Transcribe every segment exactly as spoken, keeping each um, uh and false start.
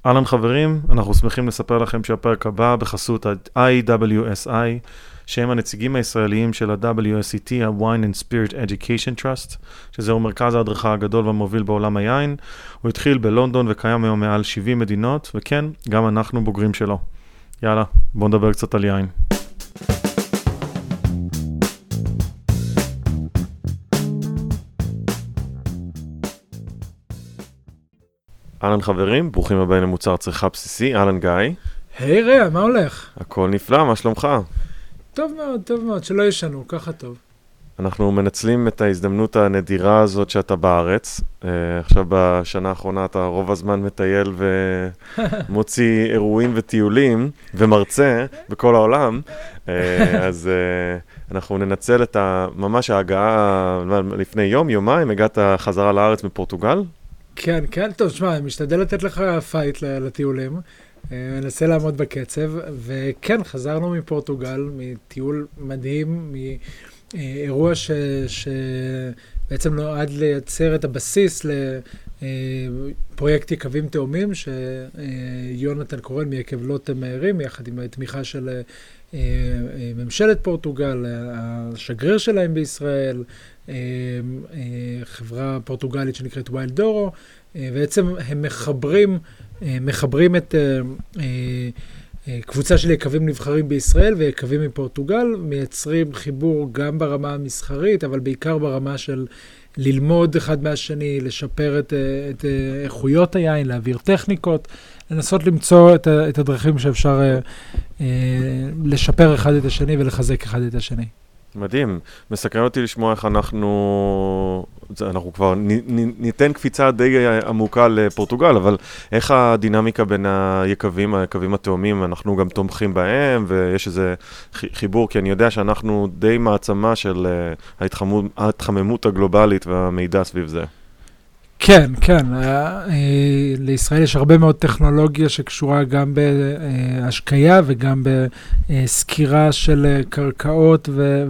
אהלן חברים, אנחנו שמחים לספר לכם שהפרק הבא בחסות ה-איי דאבליו אס איי, שהם הנציגים הישראליים של ה-דאבליו אס אי טי, ה-Wine and Spirit Education Trust, שזהו מרכז ההדרכה הגדול והמוביל בעולם היין. הוא התחיל בלונדון וקיים היום מעל שבעים מדינות, וכן, גם אנחנו בוגרים שלו. יאללה, בואו נדבר קצת על יין. אהלן חברים, ברוכים הבאים למוצר צריכה בסיסי, אהלן גיא. היי רע, מה הולך? הכל נפלא, מה שלומך? טוב מאוד, טוב מאוד, שלא ישנו, ככה טוב. אנחנו מנצלים את ההזדמנות הנדירה הזאת שאתה בארץ. Uh, עכשיו בשנה האחרונה אתה רוב הזמן מטייל ומוציא אירועים וטיולים ומרצה בכל העולם. Uh, אז uh, אנחנו ננצל את ה, ממש ההגעה לפני יום, יומיים, הגעת חזרה לארץ מפורטוגל. כן, כן, טוב, שמע, אני משתדל לתת לך פייט לטיולים, ננסה לעמוד בקצב, וכן, חזרנו מפורטוגל, מטיול מדהים, מאירוע שבעצם נועד לייצר את הבסיס לפרויקט יקבים תאומים, שיונתן קורן מיקב לוטם מהירים, יחד עם התמיכה של ממשלת פורטוגל, השגריר שלהם בישראל, חברה פורטוגלית שנקראת ויילד דורו, בעצם הם מחברים, מחברים את קבוצה של יקבים נבחרים בישראל ויקבים מפורטוגל, מייצרים חיבור גם ברמה המסחרית, אבל בעיקר ברמה של ללמוד אחד מהשני, לשפר את, את איכויות היין, להעביר טכניקות, לנסות למצוא את, את הדרכים שאפשר לשפר אחד את השני ולחזק אחד את השני. מדהים. מסקרן אותי לשמוע איך אנחנו, אנחנו כבר ניתן קפיצה די עמוקה לפורטוגל, אבל איך הדינמיקה בין היקבים, היקבים התאומים, אנחנו גם תומכים בהם, ויש איזה חיבור, כי אני יודע שאנחנו די מעצמה של ההתחממות הגלובלית והמידע סביב זה. כן, כן. לישראל יש הרבה מאוד טכנולוגיה שקשורה גם בהשקיה וגם בסקירה של קרקעות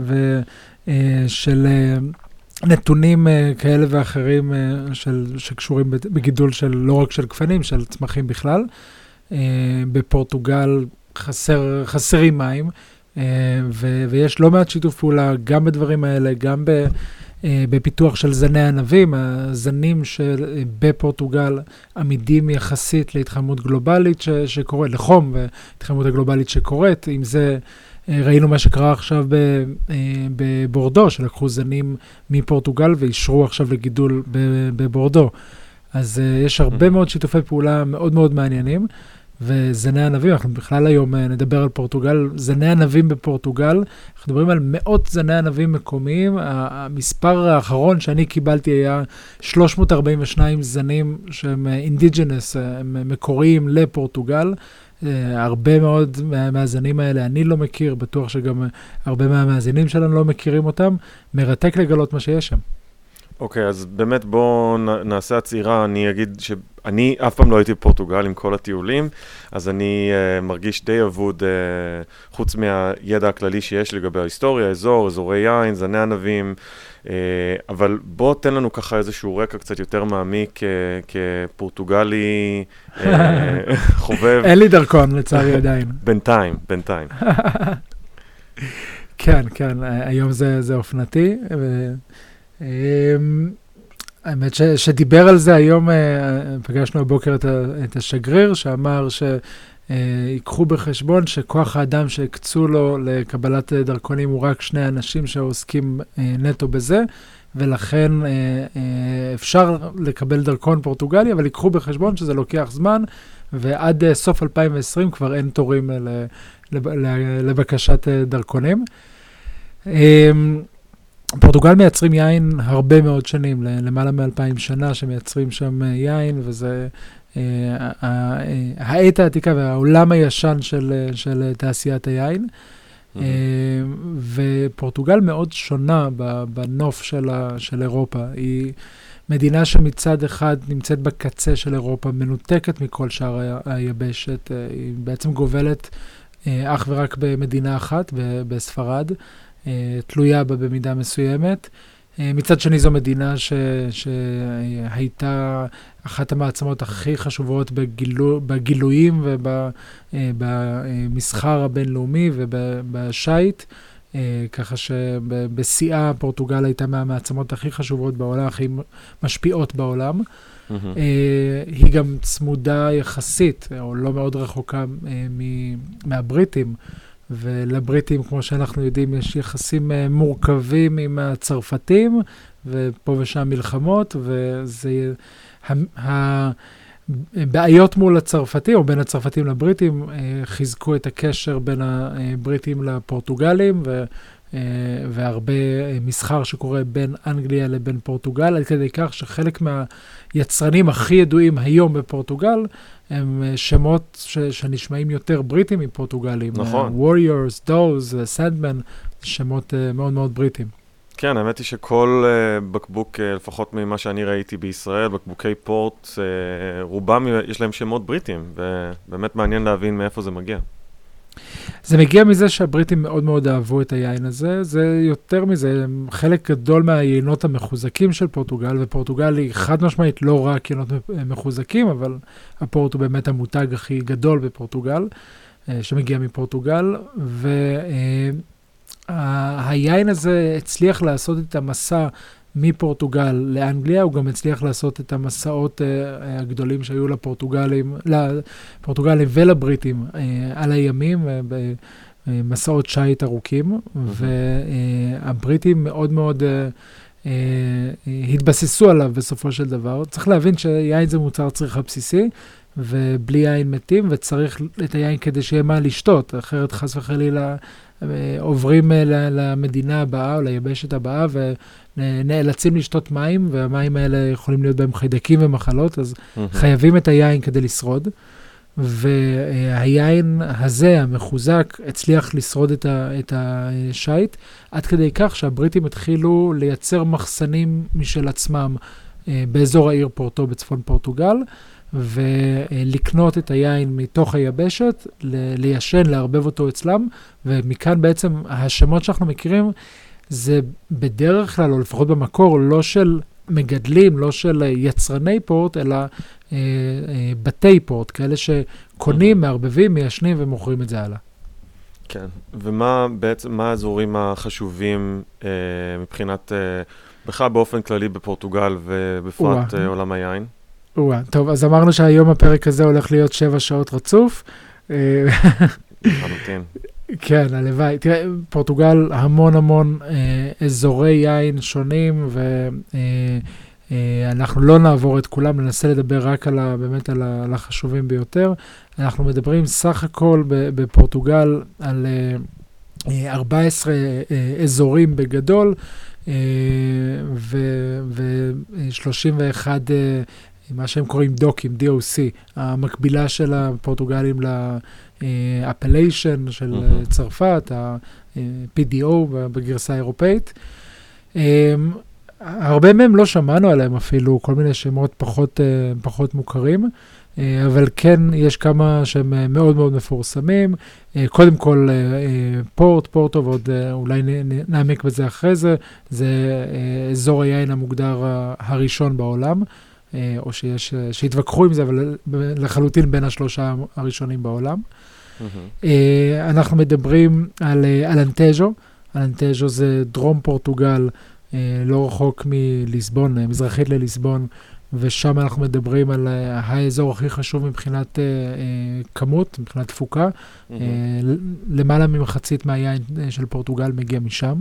ושל נתונים כאלה ואחרים שקשורים בגידול של לא רק של גפנים, של צמחים בכלל. בפורטוגל חסר, חסרים מים, ויש לא מעט שיתוף פעולה גם בדברים האלה, גם ב... בפיתוח של זני ענבים, הזנים שבפורטוגל עמידים יחסית להתחממות גלובלית ש- שקורית, לחום והתחממות הגלובלית שקורית. עם זה ראינו מה שקרה עכשיו בבורדו, שלקחו זנים מפורטוגל ואישרו עכשיו לגידול בבורדו. אז יש הרבה מאוד שיתופי פעולה מאוד מאוד מעניינים, וזני ענבים, אנחנו בכלל היום נדבר על פורטוגל, זני ענבים בפורטוגל, אנחנו מדברים על מאות זני ענבים מקומיים, המספר האחרון שאני קיבלתי היה שלוש מאות ארבעים ושניים זנים שהם אינדיג'נס, הם מקוריים לפורטוגל, הרבה מאוד מהזנים האלה אני לא מכיר, בטוח שגם הרבה מהמאזינים שלנו לא מכירים אותם, מרתק לגלות מה שיש שם. אוקיי, אז באמת בואו נעשה הצעירה, אני אגיד שאני אף פעם לא הייתי בפורטוגל עם כל הטיולים, אז אני uh, מרגיש די אבוד, uh, חוץ מהידע הכללי שיש לגבי ההיסטוריה, אזור, אזורי יין, זני ענבים, uh, אבל בוא תן לנו ככה איזשהו רקע קצת יותר מעמיק uh, כפורטוגלי uh, חובב. אין לי דרכון לצערי עדיין. בינתיים, בינתיים. כן, כן, היום זה, זה אופנתי, ו... האמת ש, שדיבר על זה היום, פגשנו הבוקר את, ה, את השגריר שאמר שיקחו בחשבון שכוח האדם שהקצו לו לקבלת דרכונים הוא רק שני אנשים שעוסקים נטו בזה, ולכן אפשר לקבל דרכון פורטוגלי, אבל ייקחו בחשבון שזה לוקח זמן, ועד סוף אלפיים ועשרים כבר אין תורים לבקשת דרכונים. פורטוגל מייצרים יין הרבה מאוד שנים, למעלה מאלפיים שנה שמייצרים שם יין, וזה העת העתיקה והעולם הישן של, של תעשיית היין. Mm-hmm. ופורטוגל מאוד שונה בנוף של, של אירופה. היא מדינה שמצד אחד נמצאת בקצה של אירופה, מנותקת מכל שאר היבשת, היא בעצם גובלת אך ורק במדינה אחת, בספרד, תלויה בה במידה מסוימת, מצד שני זו מדינה ש, שהייתה אחת המעצמות הכי חשובות בגילו, בגילויים ובמסחר הבינלאומי ובשייט, ככה שבשיאה פורטוגל הייתה מהמעצמות הכי חשובות בעולם, הכי משפיעות בעולם. Mm-hmm. היא גם צמודה יחסית, או לא מאוד רחוקה מהבריטים, ולבריטים, כמו שאנחנו יודעים, יש יחסים מורכבים עם הצרפתים, ופה ושם מלחמות, וזה... הבעיות מול הצרפתים, או בין הצרפתים לבריטים, חיזקו את הקשר בין הבריטים לפורטוגלים, ו... והרבה מסחר שקורה בין אנגליה לבין פורטוגל, עד כדי כך שחלק מהיצרנים הכי ידועים היום בפורטוגל, הם שמות ש- שנשמעים יותר בריטים מפורטוגלים. נכון. Warriors, Doors, Sandman, שמות uh, מאוד מאוד בריטים. כן, האמת היא שכל uh, בקבוק, uh, לפחות ממה שאני ראיתי בישראל, בקבוקי פורט, uh, רובם יש להם שמות בריטים, ובאמת מעניין להבין מאיפה זה מגיע. זה מגיע מזה שהבריטים מאוד מאוד אהבו את היין הזה, זה יותר מזה, חלק גדול מהיינות המחוזקים של פורטוגל, ופורטוגל היא חד משמעית לא רק יינות מחוזקים, אבל הפורט הוא באמת המותג הכי גדול בפורטוגל, שמגיע מפורטוגל, והיין הזה הצליח לעשות את המסע מפורטוגל לאנגליה, הוא גם הצליח לעשות את המסעות uh, הגדולים שהיו לפורטוגלים, לפורטוגלים ולבריטים uh, על הימים, uh, במסעות שייט ארוכים, mm-hmm. והבריטים מאוד מאוד uh, uh, התבססו עליו בסופו של דבר. צריך להבין שיין זה מוצר צריכה בסיסי, ובלי יין מתים, וצריך את היין כדי שיהיה מה לשתות, אחרת חס וחלילה עוברים למדינה הבאה או ליבשת הבאה ונאלצים לשתות מים, והמים האלה יכולים להיות בהם חיידקים ומחלות, אז mm-hmm. חייבים את היין כדי לשרוד. והיין הזה, המחוזק, הצליח לשרוד את, ה, את השייט, עד כדי כך שהבריטים התחילו לייצר מחסנים משל עצמם באזור העיר פורטו בצפון פורטוגל, ולקנות את היין מתוך היבשת, ליישן, לערבב אותו אצלם, ומכאן בעצם השמות שאנחנו מכירים, זה בדרך כלל, או לפחות במקור, לא של מגדלים, לא של יצרני פורט, אלא אה, אה, בתי פורט, כאלה שקונים, מערבבים, מיישנים ומוכרים את זה הלאה. כן, ומה בעצם, מה האזורים החשובים אה, מבחינת, אה, בכלל באופן כללי בפורטוגל, ובפרט אה, עולם היין? וואה, טוב, אז אמרנו שהיום הפרק הזה הולך להיות שבע שעות רצוף. חלוטין. כן, הלוואי. תראה, פורטוגל המון המון אה, אזורי יין שונים, ואנחנו אה, לא נעבור את כולם, ננסה לדבר רק על ה, באמת על, ה, על החשובים ביותר. אנחנו מדברים סך הכל בפורטוגל על אה, ארבעה עשר אה, אזורים בגדול, אה, ו-שלושים ואחת אה, מה שהם קוראים דוקים, די או סי, המקבילה של הפורטוגלים לאפליישן של mm-hmm. צרפת, ה-פי די או בגרסה האירופאית. הרבה מהם לא שמענו עליהם אפילו, כל מיני שמות פחות, פחות מוכרים, אבל כן יש כמה שהם מאוד מאוד מפורסמים. קודם כל פורט, פורטו, ועוד אולי נעמק בזה אחרי זה, זה אזור היין המוגדר הראשון בעולם, או שיש, שהתווכחו עם זה, אבל לחלוטין בין השלושה הראשונים בעולם. Mm-hmm. אנחנו מדברים על אלנטז'ו. אלנטז'ו זה דרום פורטוגל, לא רחוק מליסבון, מזרחית לליסבון, ושם אנחנו מדברים על האזור הכי חשוב מבחינת כמות, מבחינת תפוקה. Mm-hmm. למעלה ממחצית מהיין של פורטוגל מגיע משם.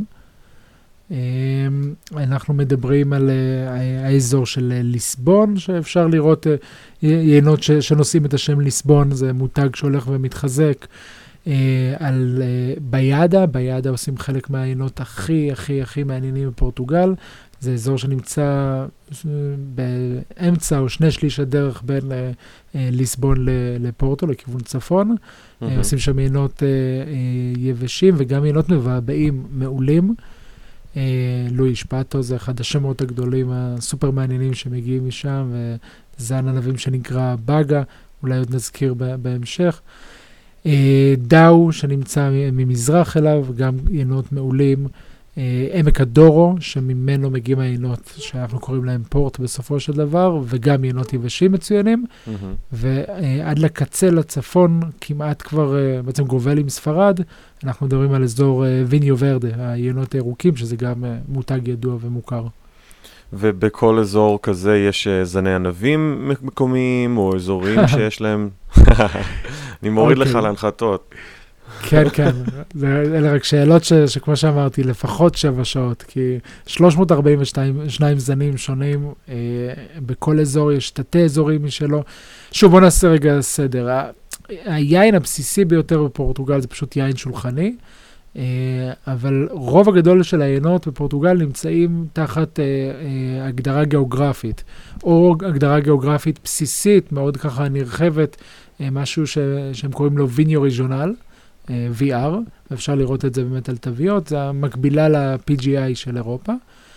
אנחנו מדברים על האזור של ליסבון, שאפשר לראות יינות שנושאים את השם ליסבון, זה מותג שהולך ומתחזק. על ביאדה, ביאדה עושים חלק מהיינות הכי הכי הכי מעניינים בפורטוגל, זה אזור שנמצא באמצע או שני שליש הדרך בין ליסבון לפורטו, לכיוון צפון. Mm-hmm. עושים שם יינות יבשים וגם יינות מבעבעים מעולים. לואי שפטו זה אחד השמות הגדולים הסופר מעניינים שמגיעים משם, וזן ענבים שנקרא בגה, אולי עוד נזכיר בהמשך. דאו שנמצא ממזרח אליו, גם יינות מעולים. עמק הדורו, שממנו מגיעים היינות שאנחנו קוראים להם פורט בסופו של דבר, וגם יינות יבשים מצוינים, mm-hmm. ועד לקצה לצפון, כמעט כבר בעצם גובל עם ספרד, אנחנו מדברים על אזור ויניו ורדה, היינות הירוקים, שזה גם מותג ידוע ומוכר. ובכל אזור כזה יש זני ענבים מקומיים, או אזורים שיש להם... אני מוריד לך להנחתות. כן, כן. אלה רק שאלות שכמו שאמרתי, לפחות שבע שעות, כי שלוש מאות ארבעים ושניים זנים שונים, בכל אזור יש תתי אזורים משלו. שוב, בוא נעשה רגע סדר. היין הבסיסי ביותר בפורטוגל זה פשוט יין שולחני, אבל רוב הגדול של היינות בפורטוגל נמצאים תחת הגדרה גיאוגרפית, או הגדרה גיאוגרפית בסיסית, מאוד ככה נרחבת, משהו שהם קוראים לו ויניו ריז'ונל, וי אר, ואפשר לראות את זה באמת על תוויות, זה המקבילה ל-פי ג'י איי של אירופה,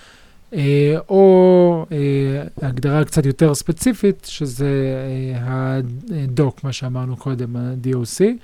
או הגדרה קצת יותר ספציפית, שזה הדוק, מה שאמרנו קודם, ה-די או סי,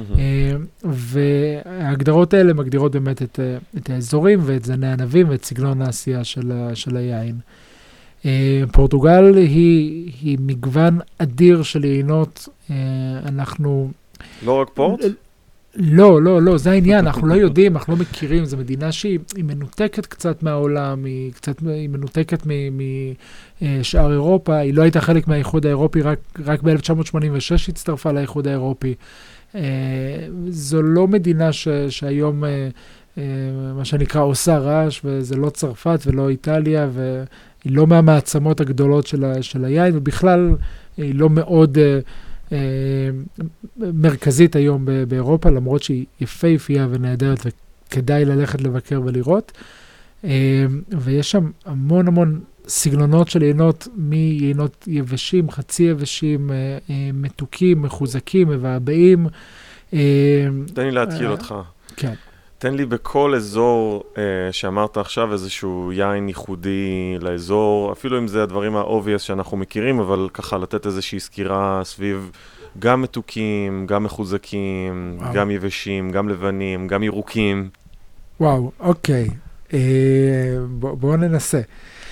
וההגדרות האלה מגדירות באמת את, את האזורים ואת זני הענבים ואת סגנון העשייה של, של היין. פורטוגל היא, היא מגוון אדיר של יינות, אנחנו... לא רק פורט? לא, לא, לא, זה העניין, אנחנו לא יודעים, אנחנו לא מכירים, זו מדינה שהיא מנותקת קצת מהעולם, היא קצת, היא מנותקת משאר אירופה, היא לא הייתה חלק מהאיחוד האירופי, רק, רק ב-אלף תשע מאות שמונים ושש הצטרפה לאיחוד האירופי. זו לא מדינה ש, שהיום, מה שנקרא, עושה רעש, וזה לא צרפת ולא איטליה, והיא לא מהמעצמות הגדולות של, ה, של היין, ובכלל היא לא מאוד... מרכזית היום באירופה, למרות שהיא יפהפייה ונהדרת וכדאי ללכת לבקר ולראות. ויש שם המון המון סגנונות של יינות, מיינות יבשים, חצי יבשים, מתוקים, מחוזקים, מבעבעים. תן לי להתחיל אותך. כן. תן לי בכל אזור שאמרת עכשיו איזשהו יין ייחודי לאזור, אפילו אם זה הדברים האובייס שאנחנו מכירים, אבל ככה לתת איזושהי סקירה סביב גם מתוקים, גם מחוזקים, וואו. גם יבשים, גם לבנים, גם ירוקים. וואו, אוקיי. אה, בוא, בוא ננסה.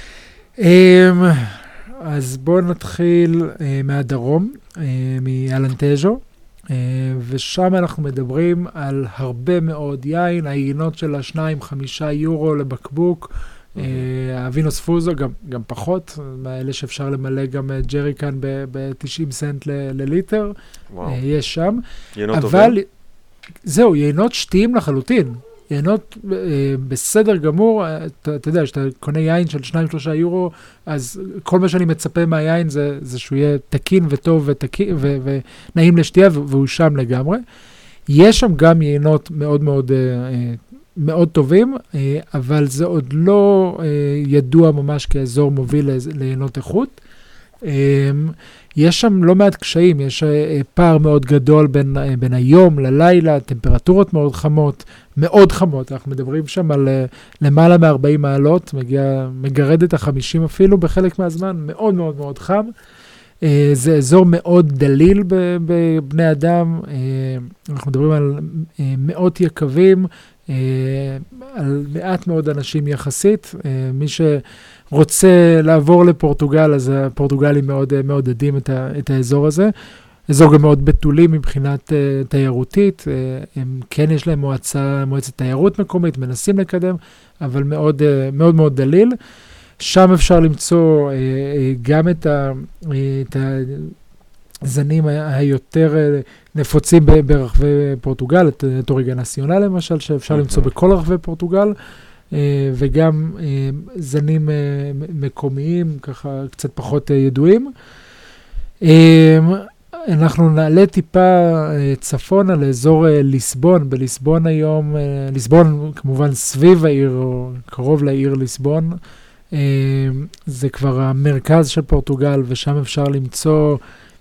אה, אז בואו נתחיל אה, מהדרום, אה, מאלנטז'ו. Uh, ושם אנחנו מדברים על הרבה מאוד יין, היינות של השניים, חמישה יורו לבקבוק, mm-hmm. uh, הווינוס פוזו גם, גם פחות, מאלה שאפשר למלא גם ג'ריקן ב-תשעים סנט ל- לליטר, uh, יש שם. יינות אבל טובים? זהו, יינות שתיים לחלוטין. יינות uh, בסדר גמור, אתה, אתה יודע, שאתה קונה יין של שניים שלושה יורו, אז כל מה שאני מצפה מהיין זה, זה שהוא יהיה תקין וטוב ותקין, ו, ונעים לשתייה, והוא שם לגמרי. יש שם גם יינות מאוד מאוד, uh, מאוד טובים, uh, אבל זה עוד לא uh, ידוע ממש כאזור מוביל ליינות איכות. Um, יש שם לא מעט קשיים, יש uh, פער מאוד גדול בין, uh, בין היום ללילה, טמפרטורות מאוד חמות, מאוד חמות, אנחנו מדברים שם על uh, למעלה מ-ארבעים מעלות, מגיע, מגרד את ה-חמישים אפילו בחלק מהזמן, מאוד מאוד מאוד חם. Uh, זה אזור מאוד דליל בבני אדם, uh, אנחנו מדברים על uh, מאות יקבים, uh, על מעט מאוד אנשים יחסית, uh, מי שרוצה לעבור לפורטוגל, אז הפורטוגלים מאוד מעודדים את, ה, את האזור הזה. אזור גם מאוד בתולי מבחינת uh, תיירותית, uh, הם כן יש להם מועצה, מועצת תיירות מקומית, מנסים לקדם, אבל מאוד uh, מאוד, מאוד דליל. שם אפשר למצוא uh, uh, גם את, ה, uh, את הזנים היותר uh, נפוצים ברחבי פורטוגל, את, את אוריגה נציונל למשל, שאפשר mm-hmm. למצוא בכל רחבי פורטוגל, uh, וגם uh, זנים uh, מקומיים, ככה קצת פחות uh, ידועים. Uh, אנחנו נעלה טיפה צפונה לאזור ליסבון. בליסבון היום, ליסבון כמובן סביב העיר, או קרוב לעיר ליסבון. זה כבר המרכז של פורטוגל, ושם אפשר למצוא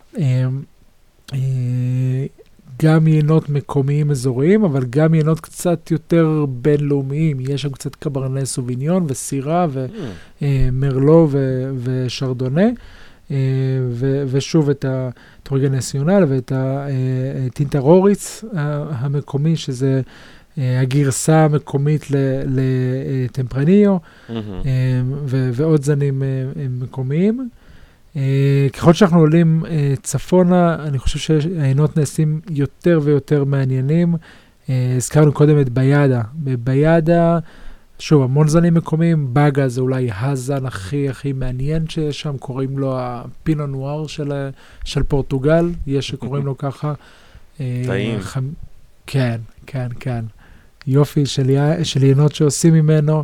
גם יינות מקומיים אזוריים, אבל גם יינות קצת יותר בינלאומיים. יש שם קצת קברנה סוביניון וסירה ומרלו ושרדונה. ו- ושוב את הטוריגה נציונל ואת הטינטרוריץ המקומי, שזה הגרסה המקומית לטמפרניו, ועוד זנים מקומיים. ככל שאנחנו עולים צפונה, אני חושב שהעינות נעשים יותר ויותר מעניינים. הזכרנו קודם את ביאדה. בביאדה, שוב, המון זנים מקומיים, בגה זה אולי הזן הכי הכי מעניין שיש שם, קוראים לו הפינו נואר של, של פורטוגל, יש שקוראים לו ככה. טעים. ח... כן, כן, כן. יופי של, של עינות שעושים ממנו.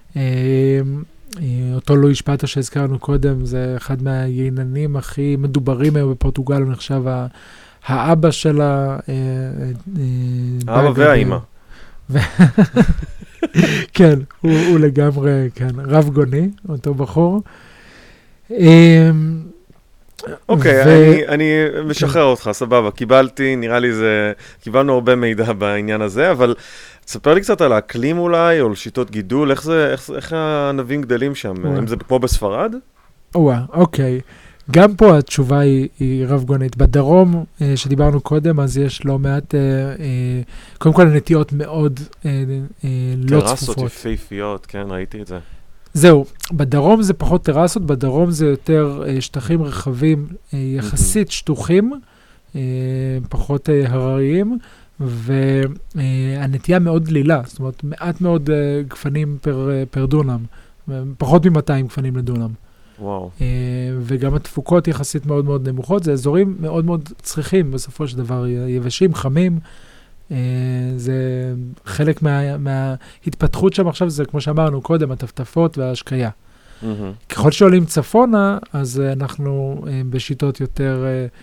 אותו לואי שפאטו שהזכרנו קודם, זה אחד מהייננים הכי מדוברים היום בפורטוגל, הוא נחשב האבא של ה... האבא והאימא. כן, הוא לגמרי, כן, רב גוני, אותו בחור. אוקיי, אני משחרר אותך, סבבה, קיבלתי, נראה לי זה, קיבלנו הרבה מידע בעניין הזה, אבל תספר לי קצת על האקלים אולי, או על שיטות גידול, איך זה, איך הענבים גדלים שם? אם זה כמו בספרד? אוקיי. גם פה התשובה היא, היא רב גונית. בדרום, אה, שדיברנו קודם, אז יש לא מעט, אה, אה, קודם כל הנטיות מאוד אה, אה, לא צפופות. טרסות יפהפיות, כן, ראיתי את זה. זהו, בדרום זה פחות טרסות, בדרום זה יותר אה, שטחים רחבים, אה, יחסית שטוחים, אה, פחות אה, הרריים, והנטייה מאוד דלילה, זאת אומרת, מעט מאוד אה, גפנים פר, אה, פר דונם, פחות מ-מאתיים גפנים לדונם. וואו. וגם התפוקות יחסית מאוד מאוד נמוכות, זה אזורים מאוד מאוד צריכים בסופו של דבר, יבשים, חמים, זה חלק מה, מההתפתחות שם עכשיו, זה כמו שאמרנו קודם, הטפטפות וההשקיה. Mm-hmm. ככל שעולים צפונה, אז אנחנו בשיטות יותר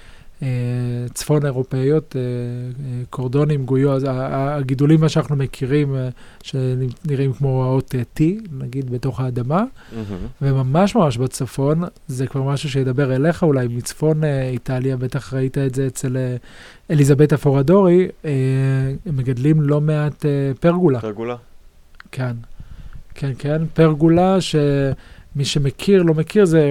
צפון אירופאיות, קורדונים, גויו, אז הגידולים מה שאנחנו מכירים, שנראים כמו האות T, נגיד, בתוך האדמה, וממש ממש בצפון, זה כבר משהו שידבר אליך, אולי מצפון איטליה, בטח ראית את זה אצל אליזבטה פורדורי, הם מגדלים לא מעט פרגולה. פרגולה? כן, כן, כן, פרגולה שמי שמכיר, לא מכיר, זה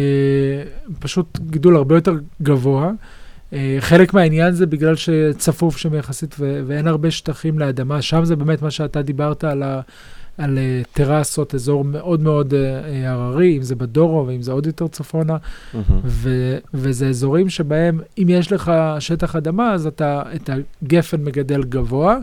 פשוט גידול הרבה יותר גבוה, חלק מהעניין זה בגלל שצפוף שם יחסית ואין הרבה שטחים לאדמה, שם זה באמת מה שאתה דיברת על, ה, על טרסות, אזור מאוד מאוד הררי, אם זה בדורו ואם זה עוד יותר צפונה, mm-hmm. ו, וזה אזורים שבהם אם יש לך שטח אדמה, אז אתה את הגפן מגדל גבוה,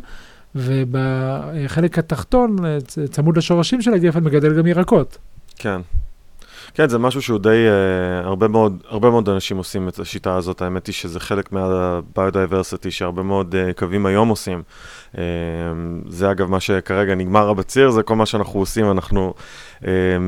ובחלק התחתון, צמוד לשורשים של הגפן, מגדל גם ירקות. כן. כן, זה משהו שהוא די, uh, הרבה מאוד, הרבה מאוד אנשים עושים את השיטה הזאת, האמת היא שזה חלק מה-biodiversity שהרבה מאוד uh, קווים היום עושים. Uh, זה אגב מה שכרגע נגמר בציר, זה כל מה שאנחנו עושים, אנחנו uh,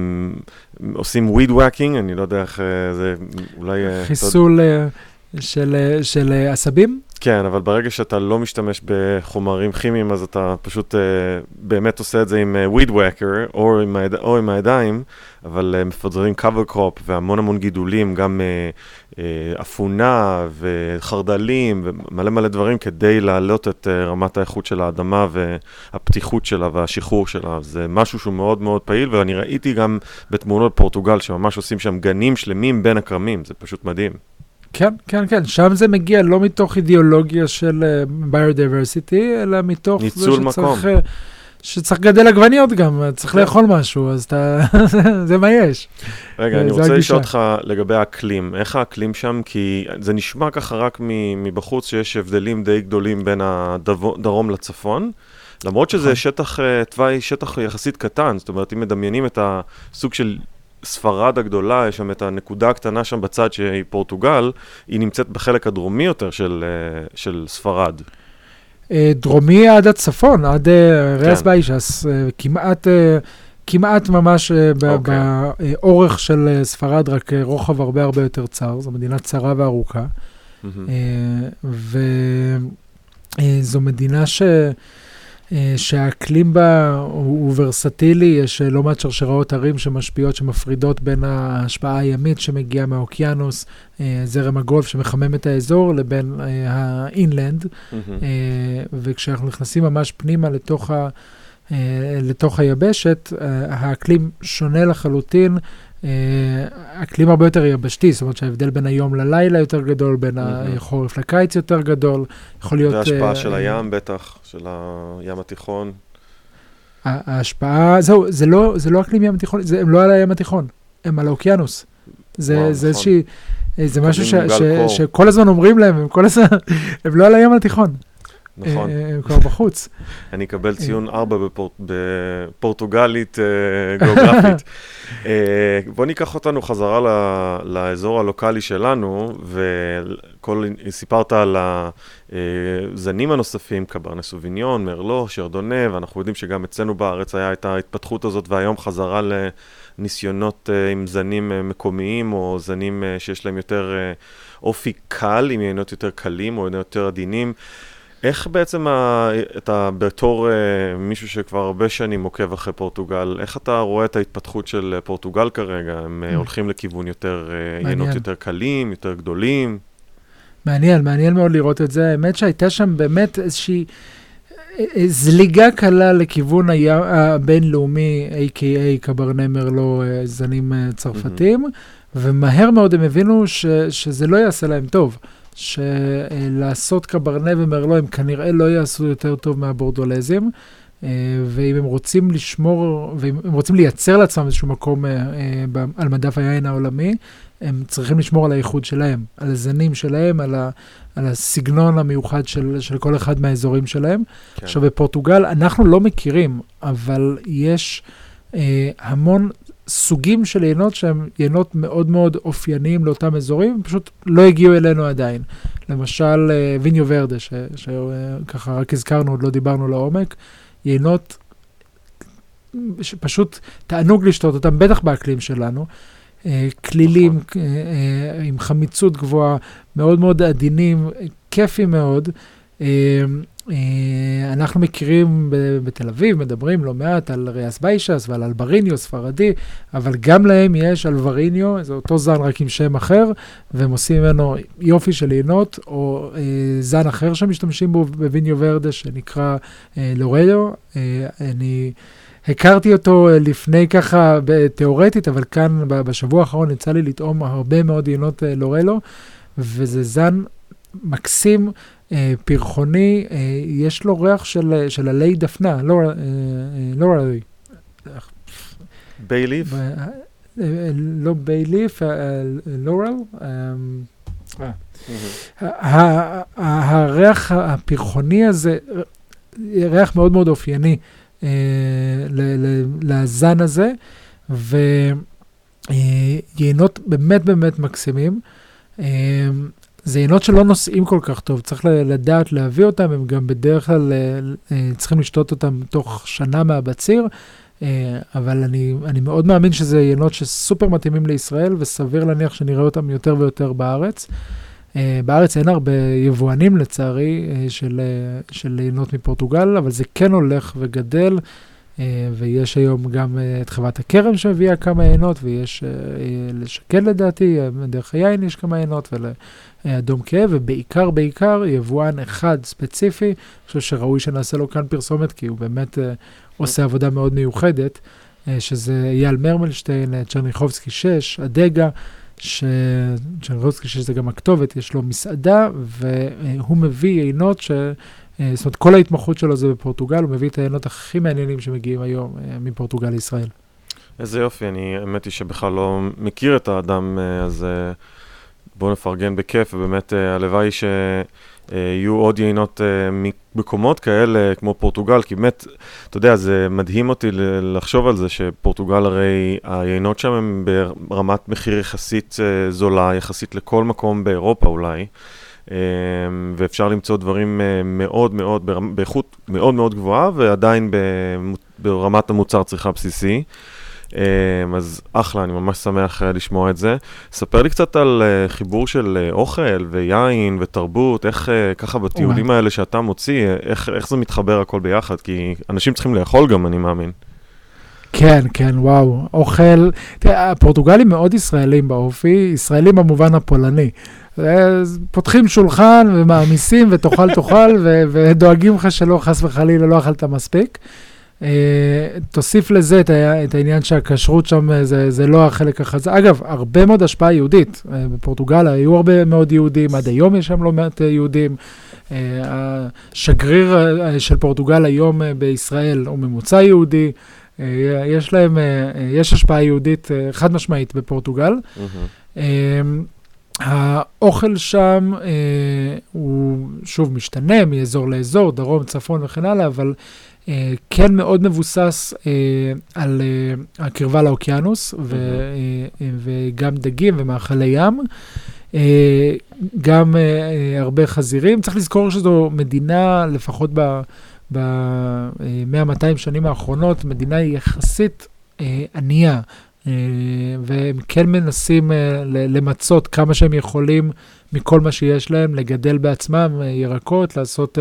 עושים weed whacking, אני לא יודע איך uh, זה אולי... Uh, חיסול uh, של, uh, של uh, עשבים? כן, אבל ברגע שאתה לא משתמש בחומרים כימיים, אז אתה פשוט uh, באמת עושה את זה עם uh, weed whacker, או עם, היד... או עם הידיים, אבל uh, מפזרים cover crop והמון המון גידולים, גם uh, uh, אפונה וחרדלים ומלא מלא דברים, כדי להעלות את uh, רמת האיכות של האדמה והפתיחות שלה והשחרור שלה. זה משהו שהוא מאוד מאוד פעיל, ואני ראיתי גם בתמונות פורטוגל, שממש עושים שם גנים שלמים בין הקרמים, זה פשוט מדהים. כן, כן, כן. שם זה מגיע לא מתוך אידיאולוגיה של uh, biodiversity, אלא מתוך ניצול זה שצריך, מקום. Uh, שצריך גדל עגבניות גם, צריך לאכול משהו, אז אתה, זה מה יש. רגע, אני רוצה לשאול אותך לגבי האקלים. איך האקלים שם? כי זה נשמע ככה רק מבחוץ שיש הבדלים די גדולים בין הדרום לצפון, למרות שזה שטח, תוואי, שטח יחסית קטן, זאת אומרת, אם מדמיינים את הסוג של ספרד הגדולה, יש שם את הנקודה הקטנה שם בצד שהיא פורטוגל, היא נמצאת בחלק הדרומי יותר של, של ספרד. דרומי עד הצפון, עד ריאס ביישס, כמעט, כמעט ממש באורך של ספרד, רק רוחב הרבה הרבה יותר צר, זו מדינה צרה וארוכה, וזו מדינה ש... שהאקלים בה הוא ורסטילי, יש לא מעט שרשראות הרים שמשפיעות, שמפרידות בין ההשפעה הימית שמגיעה מהאוקיינוס, זרם הגולף שמחמם את האזור, לבין האינלנד, וכשאנחנו נכנסים ממש פנימה לתוך, ה, לתוך היבשת, האקלים שונה לחלוטין, אקלים הרבה יותר יבשתי, זאת אומרת שההבדל בין היום ללילה יותר גדול, בין החורף לקיץ יותר גדול, יכול להיות... וההשפעה של הים בטח, של הים התיכון. ההשפעה, זהו, זה לא, זה לא אקלים ים התיכון, הם לא על הים התיכון, הם על האוקיינוס. זה, זה איזושהי, זה משהו ש, ש, שכל הזמן אומרים להם, הם כל הזמן, הם לא על הים התיכון. נכון. הם כבר בחוץ. אני אקבל ציון ארבע בפורטוגלית גיאוגרפית. בוא ניקח אותנו חזרה לאזור הלוקלי שלנו, וסיפרת על הזנים הנוספים, קברנה סוביניון, מרלו, שרדונה, ואנחנו יודעים שגם אצלנו בארץ היה את ההתפתחות הזאת, והיום חזרה לניסיונות עם זנים מקומיים, או זנים שיש להם יותר אופי קל, עם יינות יותר קלים או יותר עדינים. איך בעצם אתה בתור מישהו שכבר הרבה שנים עוקב אחרי פורטוגל, איך אתה רואה את ההתפתחות של פורטוגל כרגע? הם הולכים לכיוון יותר, יינות יותר קלים, יותר גדולים? מעניין, מעניין מאוד לראות את זה. האמת שהייתה שם באמת איזושהי זליגה קלה לכיוון הבינלאומי, איי קיי איי, קברנה מרלו, זנים צרפתיים, ומהר מאוד הם הבינו שזה לא יעשה להם טוב. שלעשות קברנה ומרלו הם כנראה לא יעשו יותר טוב מהבורדולזים, ואם הם רוצים לשמור, ואם הם רוצים לייצר לעצמם איזשהו מקום על מדף היין העולמי, הם צריכים לשמור על האיחוד שלהם, על הזנים שלהם, על, ה, על הסגנון המיוחד של, של כל אחד מהאזורים שלהם. כן. עכשיו בפורטוגל אנחנו לא מכירים, אבל יש אה, המון סוגים של יינות שהם יינות מאוד מאוד אופייניים לאותם אזורים, פשוט לא הגיעו אלינו עדיין. למשל, ויניו ורדה, ש, שככה רק הזכרנו, עוד לא דיברנו לעומק, יינות שפשוט תענוג לשתות אותם, בטח באקלים שלנו, כלילים עם חמיצות גבוהה, מאוד מאוד עדינים, כיפי מאוד. אנחנו מכירים בתל אביב, מדברים לא מעט על ריאס ביישס ועל אלבריניו ספרדי, אבל גם להם יש אלבריניו, זה אותו זן רק עם שם אחר, והם עושים ממנו יופי של יינות, או זן אחר שמשתמשים בו בוויניו ורדה, שנקרא לורלו. אני הכרתי אותו לפני ככה תיאורטית, אבל כאן בשבוע האחרון יצא לי לטעום הרבה מאוד יינות לורלו, וזה זן מקסים, פרחוני, יש לו ריח של, של עלי דפנה, לא, לא רעי. בייליף? לא בייליף, לורל. הריח הפרחוני הזה, ריח מאוד מאוד אופייני לזן הזה, ויינות באמת באמת מקסימים. זה יינות שלא נוסעים כל כך טוב, צריך לדעת להביא אותם, הם גם בדרך כלל צריכים לשתות אותם תוך שנה מהבציר, אבל אני, אני מאוד מאמין שזה יינות שסופר מתאימים לישראל, וסביר להניח שנראה אותם יותר ויותר בארץ. בארץ אין הרבה יבואנים לצערי של, של יינות מפורטוגל, אבל זה כן הולך וגדל, ויש היום גם את חברת הכרם שמביאה כמה יינות, ויש לשקד לדעתי, דרך היין יש כמה יינות, ולאדום כאב, ובעיקר, בעיקר, יבואן אחד ספציפי, אני חושב שראוי שנעשה לו כאן פרסומת, כי הוא באמת עושה עבודה מאוד מיוחדת, שזה אייל מרמלשטיין, צ'רניחובסקי שש, הדגה, שצ'רניחובסקי שש זה גם הכתובת, יש לו מסעדה, והוא מביא יינות ש... זאת אומרת, כל ההתמחות שלו זה בפורטוגל, הוא מביא את העיינות הכי מעניינים שמגיעים היום מפורטוגל לישראל. איזה יופי, אני האמת היא שבכלל לא מכיר את האדם, אז בואו נפרגן בכיף, ובאמת הלוואי שיהיו עוד יינות מקומות כאלה כמו פורטוגל, כי באמת, אתה יודע, זה מדהים אותי לחשוב על זה שפורטוגל הרי היינות שם הם ברמת מחיר יחסית זולה, יחסית לכל מקום באירופה אולי, ואפשר למצוא דברים מאוד מאוד, באיכות מאוד מאוד גבוהה, ועדיין ברמת המוצר צריכה בסיסי. אז אחלה, אני ממש שמח לשמוע את זה. ספר לי קצת על חיבור של אוכל ויין ותרבות, איך ככה בטיולים האלה שאתה מוציא, איך, איך זה מתחבר הכל ביחד, כי אנשים צריכים לאכול גם, אני מאמין. כן, כן, וואו, אוכל, תראה, הפורטוגלים מאוד ישראלים באופי, ישראלים במובן הפולני. פותחים שולחן ומעמיסים ותאכל תאכל ודואגים לך שלא חס וחלילה לא אכלת מספיק. תוסיף לזה את העניין שהכשרות שם זה לא החלק החזק. אגב, הרבה מאוד השפעה יהודית. בפורטוגל היו הרבה מאוד יהודים, עד היום יש שם לא מעט יהודים. השגריר של פורטוגל היום בישראל הוא ממוצא יהודי. יש להם, יש השפעה יהודית חד משמעית בפורטוגל. האוכל שם הוא שוב משתנה מאזור לאזור, דרום, צפון וכן הלאה, אבל כן מאוד מבוסס על הקרבה לאוקיינוס, וגם דגים ומאכלי ים, גם הרבה חזירים. צריך לזכור שזו מדינה, לפחות ב-מאה מאתיים שנים האחרונות, מדינה יחסית ענייה, והם כן מנסים למצות כמה שהם יכולים מכל מה שיש להם, לגדל בעצמם ירקות, לעשות,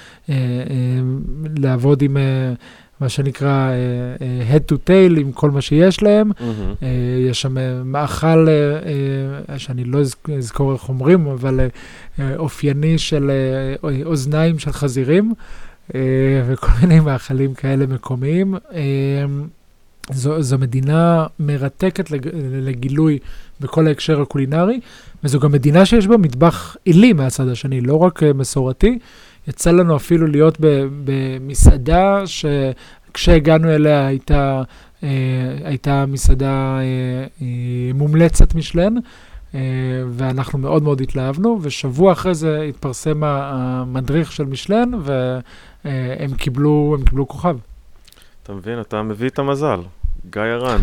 לעבוד עם מה שנקרא head to tail, עם כל מה שיש להם. Mm-hmm. יש שם מאכל, שאני לא אזכור איך אומרים, אבל אופייני של אוזניים של חזירים, וכל מיני מאכלים כאלה מקומיים. זו, זו מדינה מרתקת לג, לגילוי בכל ההקשר הקולינרי, וזו גם מדינה שיש בה מטבח עילי מהצד השני, לא רק מסורתי. יצא לנו אפילו להיות במסעדה שכשהגענו אליה הייתה, הייתה מסעדה מומלצת משלן, ואנחנו מאוד מאוד התלהבנו, ושבוע אחרי זה התפרסם המדריך של משלן, והם קיבלו, הם קיבלו כוכב. אתה מבין, אתה מביא את המזל, גיא הרן.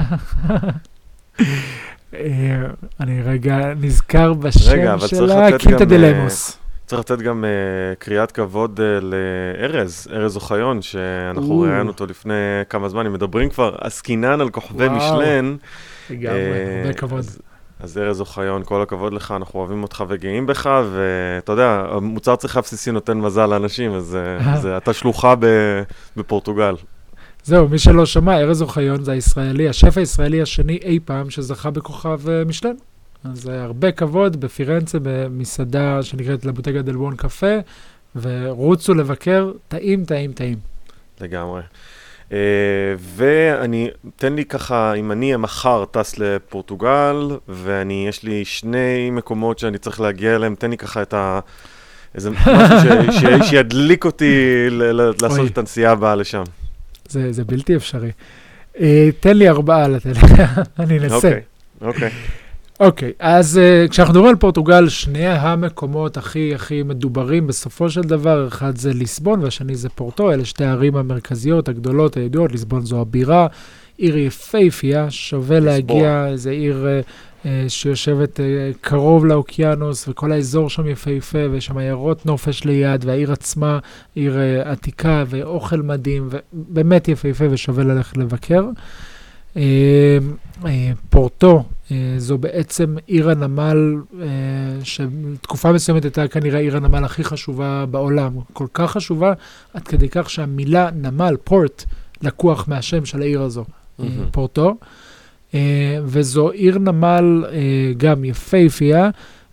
אני רגע נזכר בשם שלה, קינטה דלמוס. צריך לתת גם קריאת כבוד לארז, ארז אוחיון, שאנחנו ראינו אותו לפני כמה זמן, הם מדברים כבר עסקינן על כוכבי משלן. לגמרי, הרבה כבוד. אז ארז אוחיון, כל הכבוד לך, אנחנו אוהבים אותך וגאים בך, ואתה יודע, המוצר צריכה בסיסי נותן מזל לאנשים, אז אתה שלוחה בפורטוגל. זהו, מי שלא שמע, ארז אוחיון זה הישראלי, השף הישראלי השני אי פעם שזכה בכוכב משלן. אז הרבה כבוד בפירנצה, במסעדה שנקראת לבוטגה דל בון קפה, ורוצו לבקר, טעים, טעים, טעים. לגמרי. ואני, תן לי ככה, אם אני מחר טס לפורטוגל, ואני, יש לי שני מקומות שאני צריך להגיע אליהם, תן לי ככה את ה... איזה משהו שידליק אותי לעשות את הנסיעה הבאה לשם. זה, זה בלתי אפשרי. תן לי ארבעה לתת, אני אנסה. אוקיי, אוקיי. אוקיי, אז uh, כשאנחנו מדברים על פורטוגל, שני המקומות הכי הכי מדוברים בסופו של דבר, אחד זה ליסבון והשני זה פורטו, אלה שתי הערים המרכזיות, הגדולות, הידועות. ליסבון זו הבירה, עיר יפהפייה, שווה להגיע, זה עיר uh, uh, שיושבת uh, קרוב לאוקיינוס, וכל האזור שם יפהפה, ויש שם עיירות נופש ליד, והעיר עצמה עיר uh, עתיקה, ואוכל מדהים, ובאמת יפהפה ושווה ללכת לבקר. Uh, uh, פורטו, זו בעצם עיר הנמל, שתקופה מסוימת הייתה כנראה עיר הנמל הכי חשובה בעולם. כל כך חשובה, עד כדי כך שהמילה נמל, פורט, לקוח מהשם של העיר הזו, mm-hmm. פורטו. וזו עיר נמל גם יפהפייה,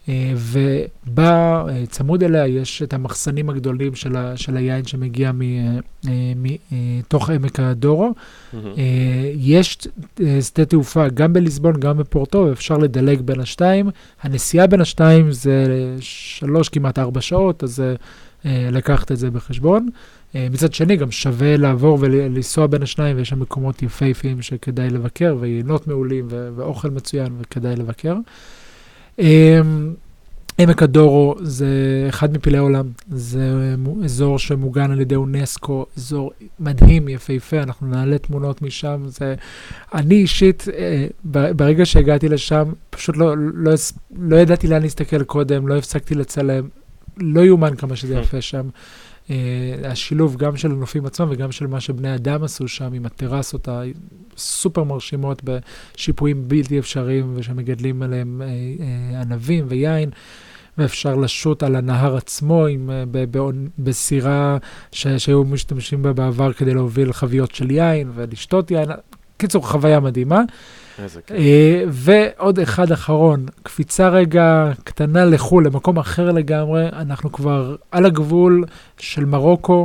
ובה צמוד אליה יש את המחסנים הגדולים של, ה, של היין שמגיע מתוך עמק הדורו. Mm-hmm. יש שדה תעופה גם בליסבון, גם בפורטו, ואפשר לדלג בין השתיים. הנסיעה בין השתיים זה שלוש, כמעט ארבע שעות, אז לקחת את זה בחשבון. מצד שני, גם שווה לעבור ולנסוע בין השניים, ויש שם מקומות יפהפיים שכדאי לבקר, ויינות מעולים ואוכל מצוין וכדאי לבקר. עמק הדורו זה אחד מפלאי עולם, זה אזור שמוגן על ידי אונסקו, אזור מדהים, יפהפה, אנחנו נעלה תמונות משם. זה, אני אישית, ברגע שהגעתי לשם, פשוט לא, לא, לא ידעתי לאן להסתכל קודם, לא הפסקתי לצלם, לא יומן כמה שזה יפה שם. השילוב גם של הנופים עצמם וגם של מה שבני אדם עשו שם, עם הטרסות הסופר מרשימות בשיפועים בלתי אפשריים, ושמגדלים עליהם ענבים ויין, ואפשר לשוט על הנהר עצמו עם, בסירה ש, שהיו משתמשים בה בעבר כדי להוביל חביות של יין ולשתות יין. קיצור, חוויה מדהימה. ועוד אחד אחרון, קפיצה רגע קטנה לחול, למקום אחר לגמרי. אנחנו כבר על הגבול של מרוקו,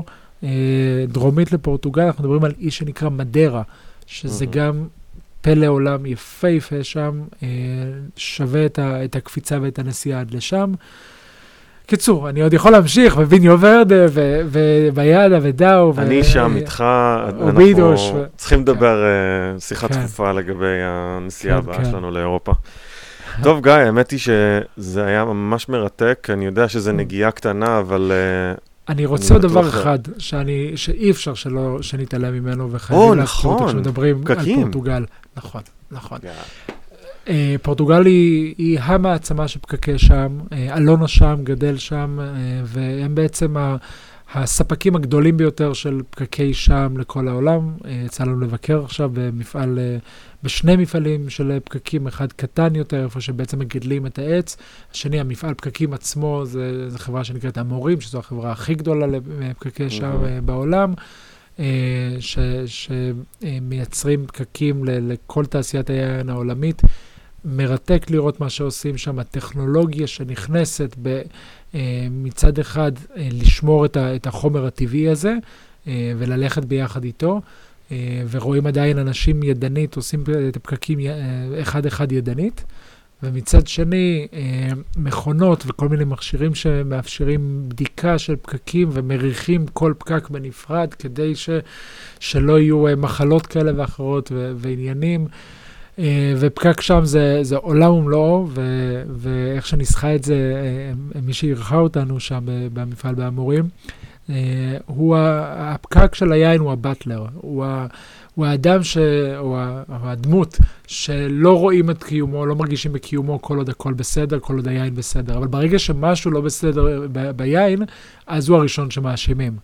דרומית לפורטוגל, אנחנו מדברים על אי שנקרא מדרה, שזה גם פלא עולם יפהפה שם, שווה את הקפיצה ואת הנסיעה עד לשם. קיצור, אני עוד יכול להמשיך, בביניו ורדה, וביאדה ודאו. אני שם איתך, אנחנו צריכים לדבר שיחה דחופה לגבי הנסיעה הבאה שלנו לאירופה. טוב, גיא, האמת היא שזה היה ממש מרתק, אני יודע שזה נגיעה קטנה, אבל... אני רוצה עוד דבר אחד, שאי אפשר שנתעלם ממנו, וחייבים להזכיר אותו כשמדברים על פורטוגל. נכון, נכון. פורטוגל היא המעצמה שפקקה שם, אלונה שם, גדל שם, והם בעצם הספקים הגדולים ביותר של פקקי שם לכל העולם. יצא לנו לבקר עכשיו במפעל, בשני מפעלים של פקקים, אחד קטן יותר, איפה שבעצם מגדלים את העץ. השני, המפעל פקקים עצמו, זה, זה חברה שנקראת המורים, שזו החברה הכי גדולה לפקקי שם בעולם, ש, שמייצרים פקקים לכל תעשיית היין העולמית. מרתק לראות מה שעושים שם, הטכנולוגיה שנכנסת ב, מצד אחד לשמור את, ה, את החומר הטבעי הזה וללכת ביחד איתו, ורואים עדיין אנשים ידנית, עושים את הפקקים אחד אחד ידנית, ומצד שני מכונות וכל מיני מכשירים שמאפשרים בדיקה של פקקים ומריחים כל פקק בנפרד כדי ש, שלא יהיו מחלות כאלה ואחרות ו, ועניינים. ופקק שם זה, זה עולם ומלואו, ו, ואיך שניסחה את זה, מי שערכה אותנו שם במפעל באמורים, הוא הפקק של היין הוא הבטלר, הוא, הוא האדם ש, או הדמות שלא רואים את קיומו, לא מרגישים בקיומו כל עוד הכל בסדר, כל עוד היין בסדר, אבל ברגע שמשהו לא בסדר ב, ביין, אז הוא הראשון שמאשימים.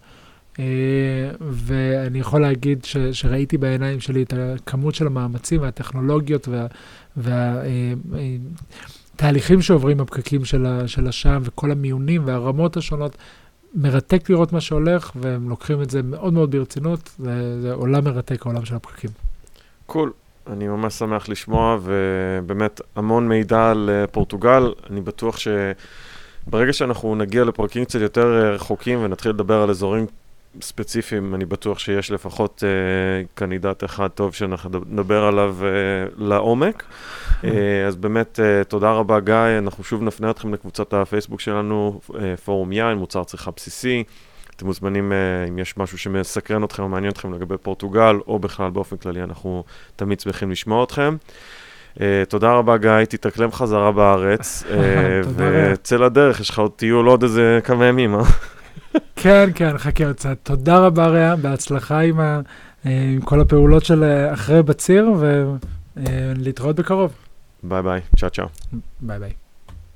ואני יכול להגיד ש, שראיתי בעיניים שלי את הכמות של המאמצים והטכנולוגיות והתהליכים שעוברים הפקקים של, של השם וכל המיונים והרמות השונות. מרתק לראות מה שהולך, והם לוקחים את זה מאוד מאוד ברצינות. זה, זה עולם מרתק, העולם של הפקקים. קול. אני ממש שמח לשמוע, ובאמת המון מידע על פורטוגל. אני בטוח שברגע שאנחנו נגיע לפרקים קצת יותר רחוקים ונתחיל לדבר על אזורים ספציפיים, אני בטוח שיש לפחות אה, קנידט אחד טוב שאנחנו נדבר עליו אה, לעומק. אה, אז באמת אה, תודה רבה גיא, אנחנו שוב נפנה אתכם לקבוצת הפייסבוק שלנו, אה, פורום יין, מוצר צריכה בסיסי. אתם מוזמנים, אה, אם יש משהו שמסקרן אתכם או מעניין אתכם לגבי פורטוגל, או בכלל באופן כללי, אנחנו תמיד שמחים לשמוע אתכם. Uh, תודה רבה גיא, תתאקלם חזרה בארץ, uh, וצא לדרך, יש לך עוד טיול עוד איזה כמה ימים, אה? כן, כן, חכה עוד קצת. תודה רבה רע, בהצלחה עם, ה, עם כל הפעולות של אחרי בציר, ולהתראות בקרוב. ביי ביי, צ'או צ'או. ביי ביי.